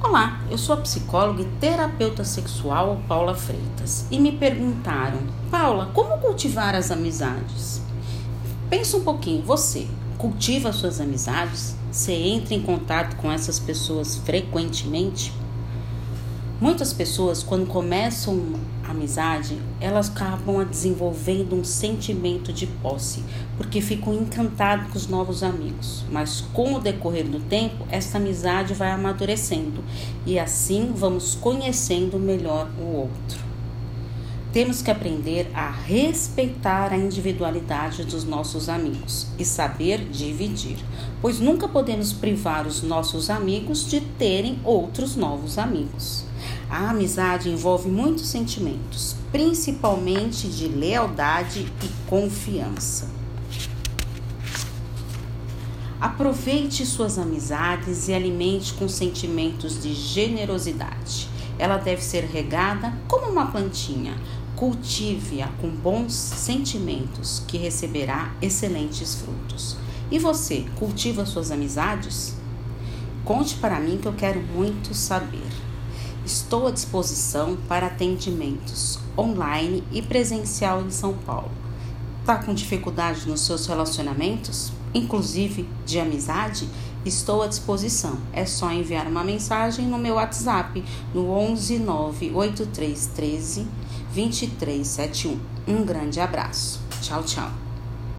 Olá, eu sou a psicóloga e terapeuta sexual Paula Freitas e me perguntaram: Paula, como cultivar as amizades? Pensa um pouquinho, você cultiva suas amizades? Você entra em contato com essas pessoas frequentemente? Muitas pessoas, quando começam a amizade, elas acabam desenvolvendo um sentimento de posse, porque ficam encantadas com os novos amigos. Mas com o decorrer do tempo, essa amizade vai amadurecendo e assim vamos conhecendo melhor o outro. Temos que aprender a respeitar a individualidade dos nossos amigos e saber dividir, pois nunca podemos privar os nossos amigos de terem outros novos amigos. A amizade envolve muitos sentimentos, principalmente de lealdade e confiança. Aproveite suas amizades e alimente com sentimentos de generosidade. Ela deve ser regada como uma plantinha. Cultive-a com bons sentimentos, que receberá excelentes frutos. E você, cultiva suas amizades? Conte para mim que eu quero muito saber. Estou à disposição para atendimentos online e presencial em São Paulo. Está com dificuldade nos seus relacionamentos, inclusive de amizade? Estou à disposição. É só enviar uma mensagem no meu WhatsApp no 11 98313 2371. Um grande abraço. Tchau, tchau.